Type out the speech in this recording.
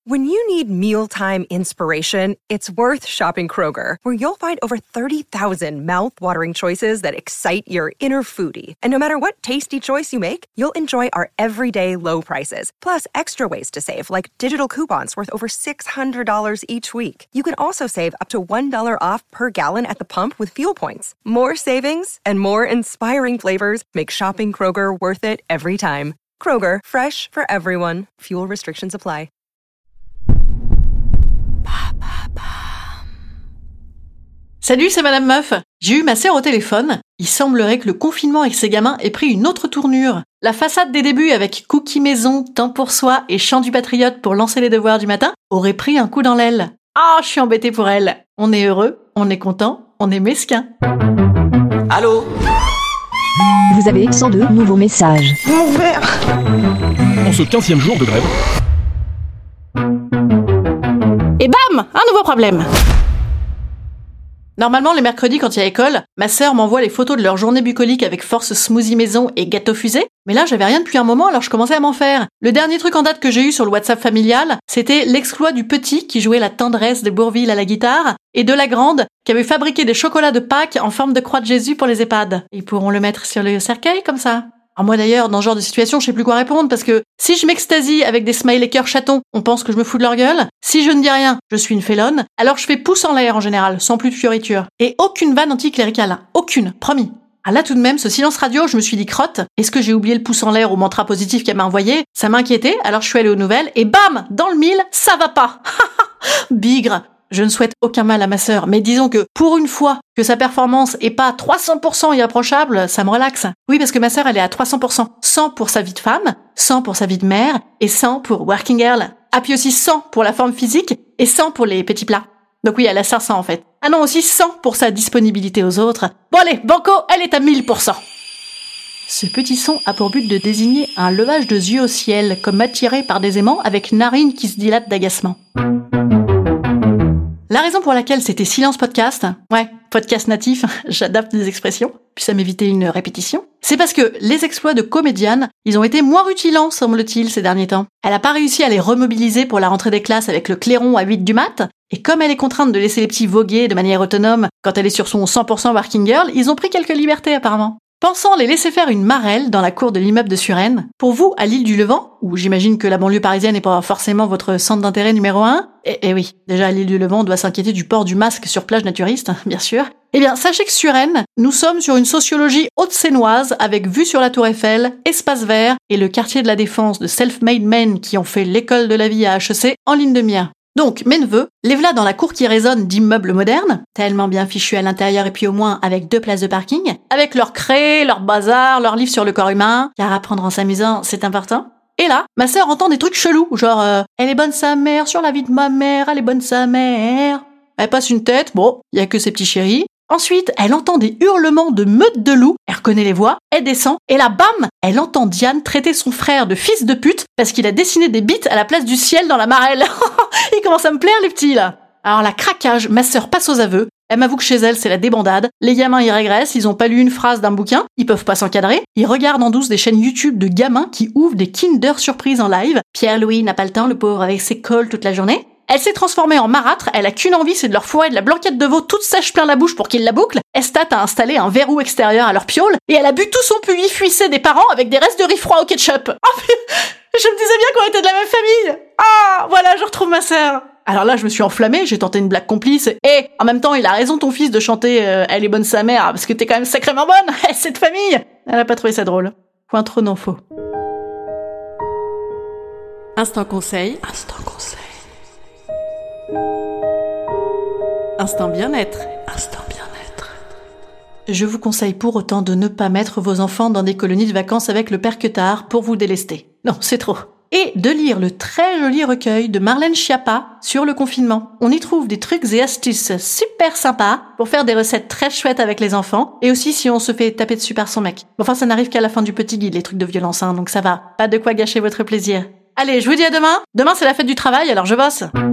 When you need mealtime inspiration, it's worth shopping Kroger, where you'll find over 30,000 mouth-watering choices that excite your inner foodie. And no matter what tasty choice you make, you'll enjoy our everyday low prices, plus extra ways to save, like digital coupons worth over $600 each week. You can also save up to $1 off per gallon at the pump with fuel points. More savings and more inspiring flavors make shopping Kroger worth it every time. Kroger, fresh for everyone. Fuel restrictions apply. Salut, c'est Madame Meuf. J'ai eu ma sœur au téléphone. Il semblerait que le confinement avec ses gamins ait pris une autre tournure. La façade des débuts avec cookies maison, temps pour soi et chant du patriote pour lancer les devoirs du matin aurait pris un coup dans l'aile. Ah, je suis embêtée pour elle. On est heureux, on est content, on est mesquin. Allô ? Vous avez 102 nouveaux messages. Mon verre ! En ce 15e jour de grève. Et bam, un nouveau problème. Normalement, les mercredis, quand il y a école, ma sœur m'envoie les photos de leur journée bucolique avec force smoothie maison et gâteau fusée. Mais là, j'avais rien depuis un moment, alors je commençais à m'en faire. Le dernier truc en date que j'ai eu sur le WhatsApp familial, c'était l'exploit du petit qui jouait la tendresse de Bourvil à la guitare et de la grande qui avait fabriqué des chocolats de Pâques en forme de croix de Jésus pour les EHPAD. Ils pourront le mettre sur le cercueil, comme ça. Alors moi d'ailleurs, dans ce genre de situation, je sais plus quoi répondre parce que si je m'extasie avec des smiley cœurs chatons, on pense que je me fous de leur gueule. Si je ne dis rien, je suis une félonne. Alors je fais pouce en l'air en général, sans plus de fioriture. Et aucune vanne anticléricale. Aucune, promis. Ah là tout de même, ce silence radio, je me suis dit crotte. Est-ce que j'ai oublié le pouce en l'air au mantra positif qu'elle m'a envoyé ? Ça m'inquiétait, alors je suis allée aux nouvelles et bam, dans le mille, ça va pas. Bigre. Je ne souhaite aucun mal à ma sœur, mais disons que pour une fois que sa performance est pas 300% irréprochable, ça me relaxe. Oui, parce que ma sœur, elle est à 300%. 100 pour sa vie de femme, 100 pour sa vie de mère, et 100 pour working girl. Ah, puis aussi 100 pour la forme physique, et 100 pour les petits plats. Donc oui, elle a 500 en fait. Ah non, aussi 100 pour sa disponibilité aux autres. Bon allez, banco, elle est à 1000%. Ce petit son a pour but de désigner un levage de yeux au ciel, comme attiré par des aimants avec narines qui se dilatent d'agacement. La raison pour laquelle c'était silence podcast, podcast natif, j'adapte des expressions, puis ça m'évitait une répétition, c'est parce que les exploits de comédienne, ils ont été moins rutilants, semble-t-il, ces derniers temps. Elle a pas réussi à les remobiliser pour la rentrée des classes avec le clairon à 8 du mat', et comme elle est contrainte de laisser les petits voguer de manière autonome quand elle est sur son 100% working girl, ils ont pris quelques libertés apparemment. Pensant les laisser faire une marelle dans la cour de l'immeuble de Suresnes, pour vous, à l'île du Levant, où j'imagine que la banlieue parisienne n'est pas forcément votre centre d'intérêt numéro 1, et oui, déjà à l'île du Levant, on doit s'inquiéter du port du masque sur plage naturiste, bien sûr. Eh bien, sachez que Suresnes, nous sommes sur une sociologie haute-sénoise avec vue sur la Tour Eiffel, espace vert et le quartier de la Défense de self-made men qui ont fait l'école de la vie à HEC en ligne de mire. Donc, mes neveux, les v'là dans la cour qui résonne d'immeubles modernes, tellement bien fichus à l'intérieur et puis au moins avec 2 places de parking, avec leurs craies, leurs bazars, leurs livres sur le corps humain, car apprendre en s'amusant, c'est important. Et là, ma sœur entend des trucs chelous, genre elle est bonne sa mère, sur la vie de ma mère, elle est bonne sa mère. Elle passe une tête, bon, y a que ses petits chéris. Ensuite, elle entend des hurlements de meute de loups, elle reconnaît les voix, elle descend, et là, bam, elle entend Diane traiter son frère de fils de pute parce qu'il a dessiné des bites à la place du ciel dans la marelle. Ils commencent à me plaire, les petits, là. Alors là, craquage, ma sœur passe aux aveux, elle m'avoue que chez elle, c'est la débandade, les gamins y régressent, ils ont pas lu une phrase d'un bouquin, ils peuvent pas s'encadrer, ils regardent en douce des chaînes YouTube de gamins qui ouvrent des Kinder Surprise en live, Pierre-Louis n'a pas le temps, le pauvre, avec ses cols toute la journée. Elle s'est transformée en marâtre, elle a qu'une envie, c'est de leur fourrer de la blanquette de veau toute sèche plein la bouche pour qu'ils la bouclent. Estat a installé un verrou extérieur à leur piole, et elle a bu tout son puits fuissé des parents avec des restes de riz froid au ketchup. Oh, je me disais bien qu'on était de la même famille. Ah, voilà, je retrouve ma sœur. Alors là, je me suis enflammée, j'ai tenté une blague complice, et en même temps, il a raison ton fils de chanter Elle est bonne sa mère, parce que t'es quand même sacrément bonne, cette famille. Elle a pas trouvé ça drôle. Point trop non faux. Instant conseil. Instant conseil. Instant bien-être. Instant bien-être. Je vous conseille pour autant de ne pas mettre vos enfants dans des colonies de vacances avec le père Queutard pour vous délester. Non, c'est trop. Et de lire le très joli recueil de Marlène Schiappa sur le confinement. On y trouve des trucs et astuces super sympas pour faire des recettes très chouettes avec les enfants, et aussi si on se fait taper dessus par son mec. Enfin, ça n'arrive qu'à la fin du petit guide, les trucs de violence, hein, donc ça va. Pas de quoi gâcher votre plaisir. Allez, je vous dis à demain. Demain, c'est la fête du travail, alors je bosse.